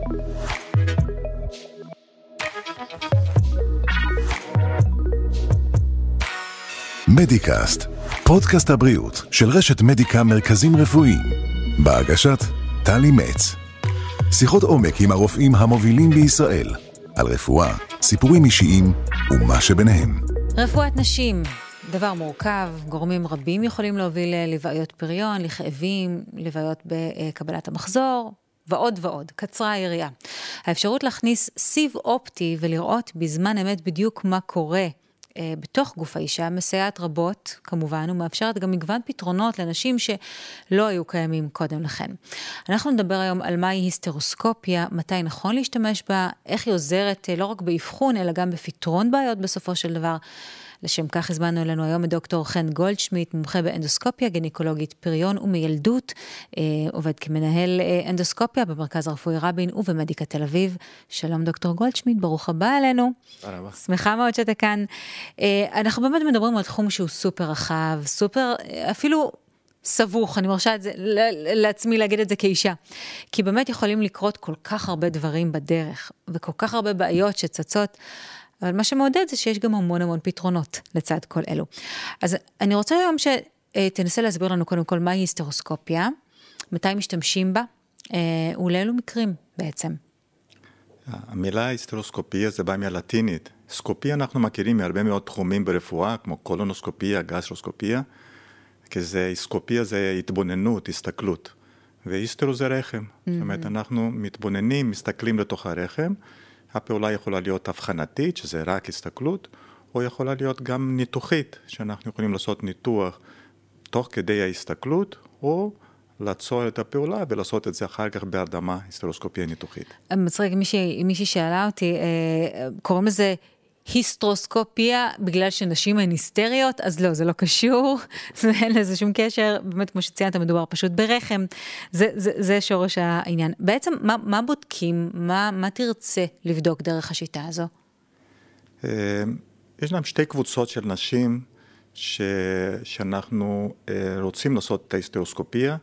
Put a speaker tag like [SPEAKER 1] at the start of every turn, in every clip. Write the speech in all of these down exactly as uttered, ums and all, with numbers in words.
[SPEAKER 1] מדיקאסט, פודקאסט הבריאות של רשת מדיקה מרכזים רפואיים, בהגשת טלי מצ. שיחות עומק עם הרופאים המובילים בישראל, על רפואה, סיפורים אישיים ומה שביניהם.
[SPEAKER 2] רפואת נשים, דבר מורכב, גורמים רבים יכולים להוביל לבעיות פריון, לכאבים, לבעיות בקבלת המחזור, ועוד ועוד, קצרה היריעה. האפשרות להכניס סיב אופטי ולראות בזמן אמת בדיוק מה קורה בתוך גוף האישה, מסייעת רבות, כמובן, ומאפשרת גם מגוון פתרונות לנשים שלא היו קיימים קודם לכן. אנחנו נדבר היום על מהי היסטרוסקופיה, מתי נכון להשתמש בה, איך היא עוזרת לא רק באבחון, אלא גם בפתרון בעיות בסופו של דבר. לשם כך הזמנו אלינו היום את דוקטור חן גולדשמיט, מומחה באנדוסקופיה, גינקולוגית פריון ומילדות, אה, עובד כמנהל אה, אנדוסקופיה במרכז הרפואי רבין ובמדיקה תל אביב. שלום דוקטור גולדשמיט, ברוך הבא אלינו.
[SPEAKER 3] תודה.
[SPEAKER 2] שמחה מאוד שאתה כאן. אה, אנחנו באמת מדברים על תחום שהוא סופר רחב, סופר, אפילו סבוך, אני מרשה את זה, לעצמי להגיד את זה כאישה. כי באמת יכולים לקרות כל כך הרבה דברים בדרך, וכל כך הרבה בעיות שצצות, אבל מה שמעודד זה שיש גם המון המון פתרונות לצד כל אלו. אז אני רוצה היום שתנסה להסביר לנו קודם כל מהי היסטרוסקופיה, מתי משתמשים בה, ולאלו מקרים בעצם.
[SPEAKER 3] המילה היסטרוסקופיה זה בא מהלטינית. סקופיה אנחנו מכירים מהרבה מאוד תחומים ברפואה, כמו קולונוסקופיה, גסטרוסקופיה, כי זה, סקופיה זה התבוננות, הסתכלות. והיסטרו זה רחם. Mm-hmm. זאת אומרת, אנחנו מתבוננים, מסתכלים לתוך הרחם, הפעולה יכולה להיות הבחנתית, שזה רק הסתכלות, או יכולה להיות גם ניתוחית, שאנחנו יכולים לעשות ניתוח תוך כדי ההסתכלות, או לעצור את הפעולה ולעשות את זה אחר כך בהרדמה, היסטרוסקופיה ניתוחית.
[SPEAKER 2] מצחיק, מישהי, מישהי שאלה אותי, קוראים לזה היסטרוסקופיה בגלל שנשים הן היסטריות, אז לא, זה לא קשור, זה אין לזה שום קשר, באמת כמו שציינת מדובר פשוט ברחם, זה, זה, זה שורש העניין. בעצם מה, מה בודקים, מה, מה תרצה לבדוק דרך השיטה הזו?
[SPEAKER 3] יש להם שתי קבוצות של נשים ש, שאנחנו רוצים לעשות את ההיסטרוסקופיה,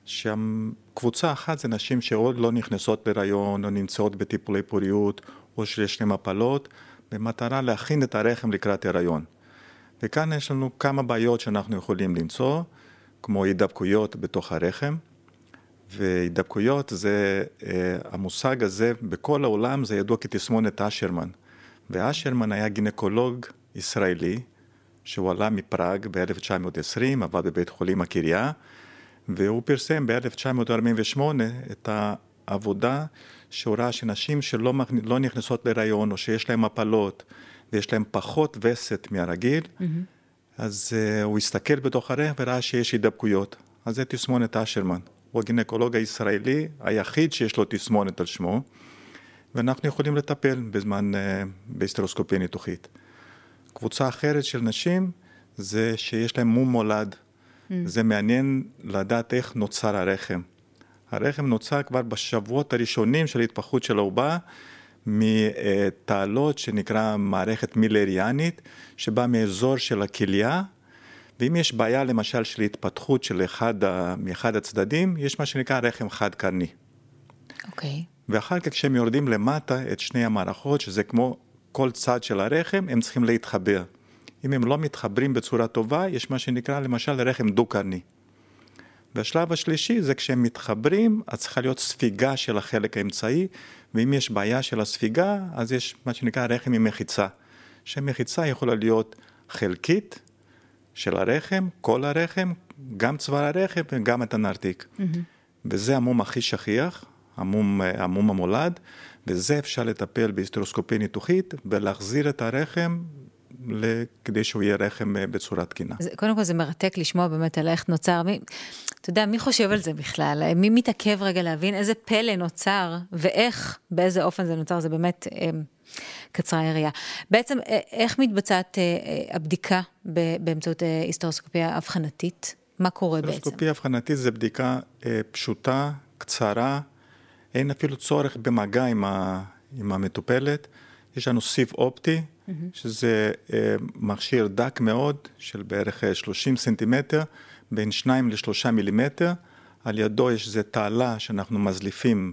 [SPEAKER 3] שקבוצה אחת זה נשים שעוד לא נכנסות להיריון, או נמצאות בטיפולי פוריות, או שיש להם הפלות, במטרה להכין את הרחם לקראת הריון. וכאן יש לנו כמה בעיות שאנחנו יכולים למצוא, כמו הידבקויות בתוך הרחם, והידבקויות זה, המושג הזה בכל העולם זה ידוע כתסמונת אשרמן, ואשרמן היה גינקולוג ישראלי, שהוא עלה מפראג ב-אלף תשע מאות עשרים, עבד בבית חולים הקריה, והוא פרסם ב-אלף תשע מאות ארבעים ושמונה את העבודה שהוא ראה שנשים שלא לא נכנסות להיריון, או שיש להם הפלות, ויש להם פחות וסת מהרגיל, mm-hmm. אז uh, הוא הסתכל בתוך הרחם וראה שיש הידבקויות. אז זה תסמונת אשרמן. הוא הגינקולוג הישראלי היחיד שיש לו תסמונת על שמו, ואנחנו יכולים לטפל בזמן uh, בהיסטרוסקופיה ניתוחית. קבוצה אחרת של נשים זה שיש להם מום מולד. Mm-hmm. זה מעניין לדעת איך נוצר הרחם. הרחם נוצר כבר בשבועות הראשונים של ההתפתחות של העובר, מתעלות שנקרא מערכת מילריאנית, שבאה מאזור של הכליה, ואם יש בעיה למשל של התפתחות של אחד, מאחד הצדדים, יש מה שנקרא רחם חד קרני.
[SPEAKER 2] אוקיי. Okay.
[SPEAKER 3] ואחר כך כשהם יורדים למטה את שני המערכות, שזה כמו כל צד של הרחם, הם צריכים להתחבר. אם הם לא מתחברים בצורה טובה, יש מה שנקרא למשל רחם דו קרני. והשלב השלישי זה כשהם מתחברים, אז צריכה להיות ספיגה של החלק האמצעי, ואם יש בעיה של הספיגה, אז יש מה שנקרא רחם עם מחיצה, שמחיצה יכולה להיות חלקית של הרחם, כל הרחם, גם צוואר הרחם וגם את הנרתיק. Mm-hmm. וזה המום הכי שכיח, המום, המום המולד, וזה אפשר לטפל בהיסטרוסקופיה ניתוחית, ולהחזיר את הרחם כדי שהוא יהיה רחם בצורה תקינה.
[SPEAKER 2] קודם כל זה מרתק לשמוע באמת על איך נוצר, מי, אתה יודע, מי חושב על זה בכלל? מי מתעכב רגע להבין איזה פלא נוצר, ואיך, באיזה אופן זה נוצר, זה באמת אה, קצרה היריעה. בעצם, אה, איך מתבצעת אה, הבדיקה באמצעות אה, היסטרוסקופיה הבחנתית? מה קורה בעצם?
[SPEAKER 3] היסטרוסקופיה הבחנתית זה בדיקה אה, פשוטה, קצרה, אין אפילו צורך במגע עם, ה, עם המטופלת, יש לנו סיב אופטי, שזה מכשיר דק מאוד, של בערך שלושים סנטימטר, בין שניים לשלושה מילימטר, על ידו יש זה תעלה שאנחנו מזליפים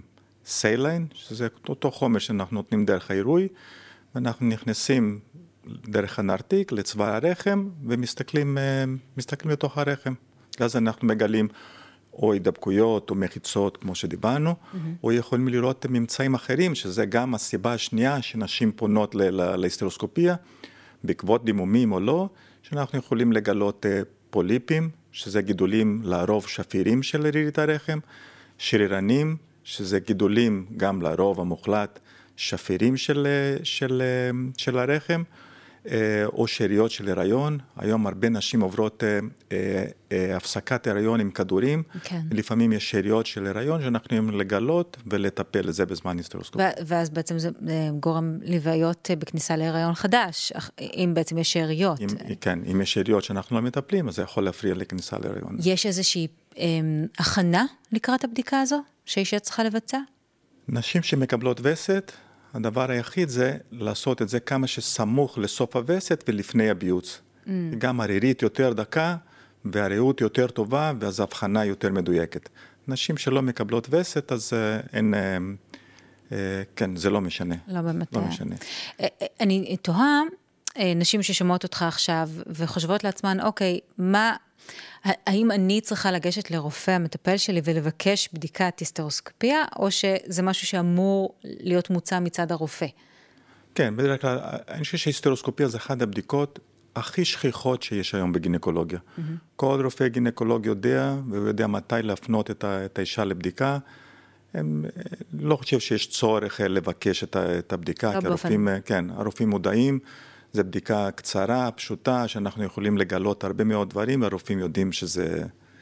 [SPEAKER 3] סיילין, שזה אותו חומר שאנחנו נותנים דרך העירוי, ואנחנו נכנסים דרך הנרתיק לצוואר הרחם, ומסתכלים מסתכלים לתוך הרחם. אז אנחנו מגלים או הידבקויות או מחיצות, כמו שדיברנו, mm-hmm. או יכולים לראות ממצאים אחרים, שזה גם הסיבה השנייה שנשים פונות להיסטרוסקופיה, בעקבות דימומים או לא, שאנחנו יכולים לגלות פוליפים, שזה גידולים לרוב שפירים של רירית הרחם, שרירנים, שזה גידולים גם לרוב המוחלט שפירים של, של, של הרחם, או שאריות של הריון. היום הרבה נשים עוברות הפסקת הריון עם כדורים, כן. לפעמים יש שאריות של הריון שאנחנו יכולים לגלות ולטפל לזה בזמן היסטרוסקופיה.
[SPEAKER 2] ואז בעצם זה גורם לבעיות בכניסה להיריון חדש, אם בעצם יש שאריות.
[SPEAKER 3] אם, כן, אם יש שאריות שאנחנו לא מטפלים, אז זה יכול להפריע לכניסה להיריון.
[SPEAKER 2] יש איזושהי אה, הכנה לקראת הבדיקה הזו, שאישה צריכה לבצע?
[SPEAKER 3] נשים שמקבלות וסת, הדבר היחיד זה לעשות את זה כמה שסמוך לסוף הווסת ולפני הביוץ. Mm. גם הרירית יותר דקה, והריאות יותר טובה, ואז ההבחנה יותר מדויקת. נשים שלא מקבלות וסת, אז אין, כן, זה לא משנה.
[SPEAKER 2] לא באמת.
[SPEAKER 3] לא משנה.
[SPEAKER 2] אני תוהה, נשים ששומעות אותך עכשיו, וחושבות לעצמן, אוקיי, מה, האם אני צריכה לגשת לרופא המטפל שלי ולבקש בדיקת היסטרוסקופיה, או שזה משהו שאמור להיות מוצע מצד הרופא?
[SPEAKER 3] כן, בדרך כלל, אני חושב שהיסטרוסקופיה זה אחת הבדיקות הכי שכיחות שיש היום בגינקולוגיה. Mm-hmm. כל רופא גינקולוג יודע, והוא יודע מתי להפנות את, ה, את האישה לבדיקה. הם לא חושב שיש צורך לבקש את, ה, את הבדיקה,
[SPEAKER 2] לא
[SPEAKER 3] כי הרופאים, כן, הרופאים מודעים. זו בדיקה קצרה, פשוטה, שאנחנו יכולים לגלות הרבה מאוד דברים, והרופאים יודעים שזה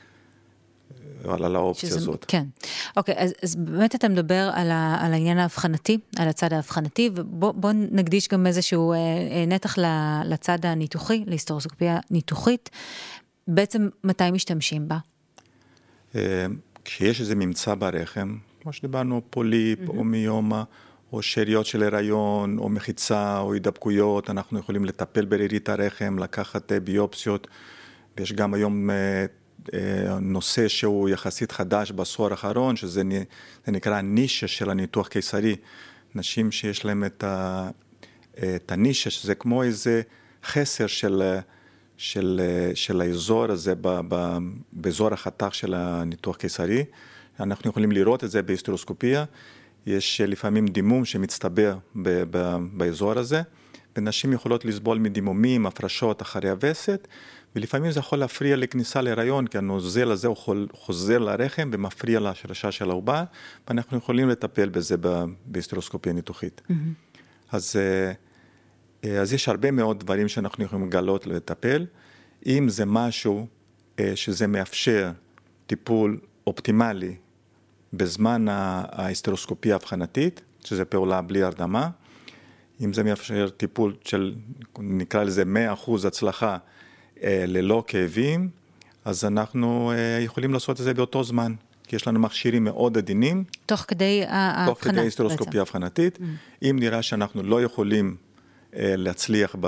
[SPEAKER 3] על האופציה
[SPEAKER 2] שזה,
[SPEAKER 3] הזאת.
[SPEAKER 2] כן. אוקיי, אז, אז באמת אתה מדבר על, ה, על העניין ההבחנתי, על הצד ההבחנתי, ובוא נקדיש גם איזשהו אה, נתח לצד הניתוחי, להיסטרוסקופיה ניתוחית. בעצם מתי משתמשים בה?
[SPEAKER 3] אה, כשיש איזה ממצא ברחם, כמו שדיברנו, פוליפ mm-hmm. או מיומה, או שאריות של הריון, או מחיצה, או הידבקויות, אנחנו יכולים לטפל ברירית הרחם, לקחת ביופסיות, ויש גם היום נושא שהוא יחסית חדש בעשור האחרון, שזה נקרא נישה של הניתוח קיסרי. נשים שיש להם את, ה, את הנישה, שזה כמו איזה חסר של, של, של האזור הזה, ב, ב, באזור החתך של הניתוח קיסרי. אנחנו יכולים לראות את זה בהיסטרוסקופיה. יש לפעמים דימום שמצטבר ב- ב- באזור הזה, ונשים יכולות לסבול מדימומים, הפרשות אחרי הווסת, ולפעמים זה יכול להפריע לכניסה להיריון, כי הנוזל הזה הוא חוזר לרחם ומפריע להשרשה של העובר, ואנחנו יכולים לטפל בזה בהיסטרוסקופיה ניתוחית. Mm-hmm. אז, אז יש הרבה מאוד דברים שאנחנו יכולים לגלות לטפל. אם זה משהו שזה מאפשר טיפול אופטימלי, בזמן ההיסטרוסקופיה ההבחנתית, שזה פעולה בלי הרדמה, אם זה מאפשר טיפול של, נקרא לזה מאה אחוז הצלחה ללא כאבים, אז אנחנו יכולים לעשות את זה באותו זמן, כי יש לנו מכשירים מאוד עדינים.
[SPEAKER 2] תוך כדי ההבחנה.
[SPEAKER 3] תוך כדי ההיסטרוסקופיה ההבחנתית. Mm. אם נראה שאנחנו לא יכולים להצליח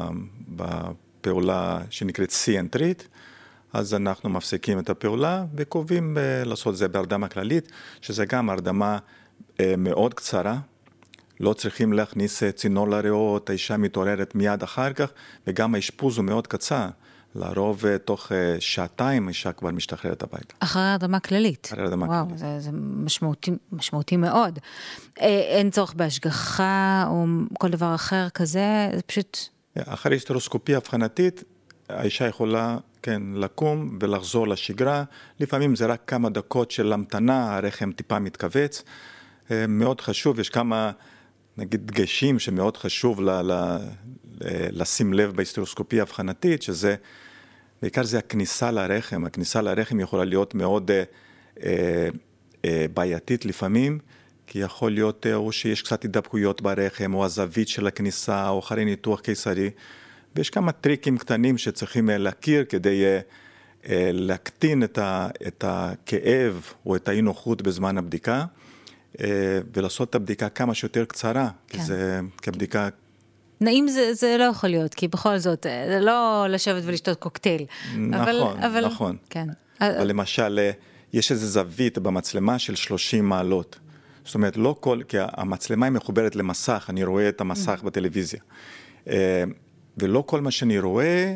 [SPEAKER 3] בפעולה שנקראת סי-אנטרית, אז אנחנו מפסיקים את הפעולה וקובעים לעשות את זה בהרדמה כללית, שזה גם הרדמה מאוד קצרה, לא צריכים להכניס צינור לריאות, האישה מתעוררת מיד אחר כך, וגם האשפוז הוא מאוד קצר, לרוב תוך שעתיים האישה כבר משתחררת הביתה.
[SPEAKER 2] אחרי הרדמה כללית.
[SPEAKER 3] אחרי הרדמה
[SPEAKER 2] וואו,
[SPEAKER 3] כללית.
[SPEAKER 2] זה, זה משמעותי, משמעותי מאוד. אין צורך בהשגחה או כל דבר אחר כזה, זה פשוט...
[SPEAKER 3] אחרי היסטרוסקופיה הבחנתית, האישה יכולה, כן, לקום ולחזור לשגרה. לפעמים זה רק כמה דקות של המתנה, הרחם טיפה מתכווץ. מאוד חשוב, יש כמה, נגיד, דגשים שמאוד חשוב ל- ל- לשים לב בהיסטרוסקופיה הבחנתית, שזה, בעיקר זה הכניסה לרחם. הכניסה לרחם יכולה להיות מאוד אה, אה, בעייתית לפעמים, כי יכול להיות או שיש קצת הידבקויות ברחם, או הזווית של הכניסה, או אחרי ניתוח קיסרי. ויש כמה טריקים קטנים שצריכים להכיר כדי להקטין את הכאב או את האי נוחות בזמן הבדיקה, ולעשות את הבדיקה כמה שיותר קצרה, כי זה כבדיקה...
[SPEAKER 2] נעים זה, זה לא יכול להיות, כי בכל זאת, זה לא לשבת ולשתות קוקטייל.
[SPEAKER 3] נכון,
[SPEAKER 2] אבל, אבל,
[SPEAKER 3] נכון.
[SPEAKER 2] כן.
[SPEAKER 3] אבל למשל, יש איזו זווית במצלמה של שלושים מעלות. זאת אומרת, לא כל, כי המצלמה היא מחוברת למסך, אני רואה את המסך בטלוויזיה. ולא כל מה שאני רואה,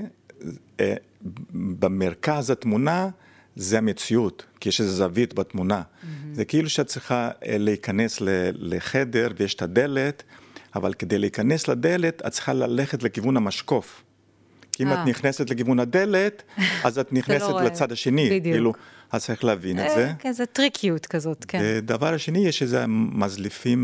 [SPEAKER 3] במרכז התמונה, זה המציאות, כי יש איזו זווית בתמונה. זה כאילו שאת צריכה להיכנס לחדר ויש את הדלת, אבל כדי להיכנס לדלת, את צריכה ללכת לכיוון המשקוף. כי אם את נכנסת לכיוון הדלת, אז את נכנסת לצד השני. כאילו, אז צריך להבין את זה.
[SPEAKER 2] כזה טריקיות כזאת, כן.
[SPEAKER 3] ודבר השני, יש איזה מזליפים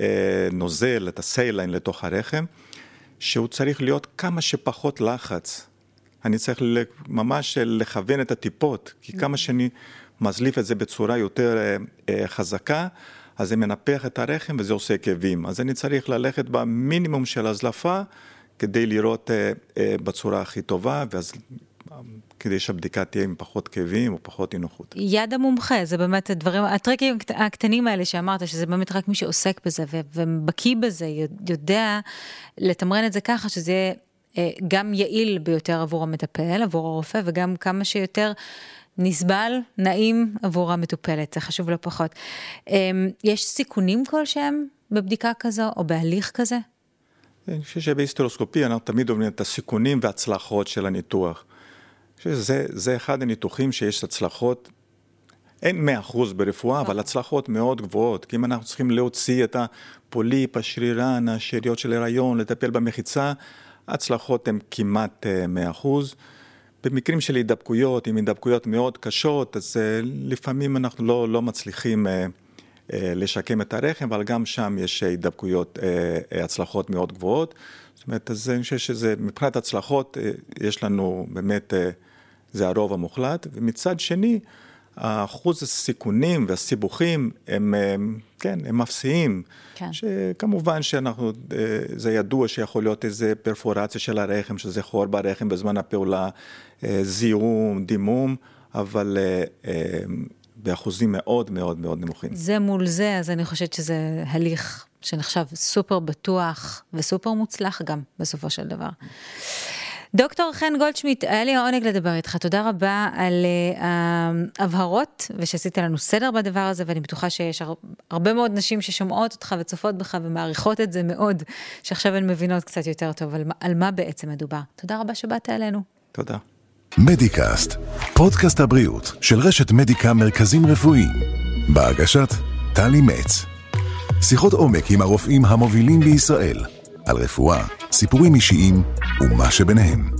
[SPEAKER 3] נוזל, את הסייליין לתוך הרחם, שהוא צריך להיות כמה שפחות לחץ. אני צריך ממש לכוון את הטיפות, כי כמה שאני מזליף את זה בצורה יותר חזקה, אז זה מנפח את הרחם וזה עושה כאבים. אז אני צריך ללכת במינימום של הזלפה, כדי לראות בצורה הכי טובה, ואז כדי שהבדיקה תהיה עם פחות כאבים או פחות אי-נוחות.
[SPEAKER 2] יד המומחה, זה באמת הדברים, הטריקים הקטנים האלה שאמרת, שזה באמת רק מי שעוסק בזה, ובקיא בזה, יודע לתמרן את זה ככה, שזה יהיה גם יעיל ביותר עבור המטפל, עבור הרופא, וגם כמה שיותר נסבל, נעים עבור המטופלת, זה חשוב לא פחות. יש סיכונים כלשהם בבדיקה כזו, או בהליך כזה?
[SPEAKER 3] אני חושב שבהיסטרוסקופיה אנחנו תמיד אומרים את הסיכונים והצלחות של הניתוח. שזה, זה אחד הניתוחים שיש הצלחות, אין מאה אחוז ברפואה, אבל הצלחות מאוד גבוהות. כי אם אנחנו צריכים להוציא את הפוליפ, השרירן, השאריות של הריון, לטפל במחיצה, הצלחות הן כמעט מאה אחוז. במקרים של הידבקויות, עם הידבקויות מאוד קשות, אז לפעמים אנחנו לא, לא מצליחים לשקם את הרחם, אבל גם שם יש הידבקויות, הצלחות מאוד גבוהות. זאת אומרת, אז אני חושב שזה, מבחינת הצלחות, יש לנו באמת, זה הרוב המוחלט, ומצד שני, האחוז הסיכונים והסיבוכים הם, כן, הם מפסיעים. כן. שכמובן שאנחנו, זה ידוע שיכול להיות איזה פרפורציה של הרחם, שזה חור ברחם בזמן הפעולה, זיהום, דימום, אבל באחוזים מאוד מאוד מאוד נמוכים.
[SPEAKER 2] זה מול זה, אז אני חושבת שזה הליך שנחשב סופר בטוח וסופר מוצלח גם בסופו של דבר. דוקטור חן גולדשמיט, היה לי העונג לדבר איתך, תודה רבה על ההבהרות, ושעשית לנו סדר בדבר הזה, ואני בטוחה שיש הרבה מאוד נשים ששומעות אותך וצופות בך, ומעריכות את זה מאוד, שעכשיו הן מבינות קצת יותר טוב, על, על מה בעצם מדובר. תודה רבה שבאת אלינו.
[SPEAKER 3] תודה.
[SPEAKER 1] מדיקאסט, פודקאסט הבריאות של רשת מדיקה מרכזים רפואיים, בהגשת טלי מצ. שיחות עומק עם הרופאים המובילים בישראל, על רפואה, סיפורים אישיים ומה שביניהם.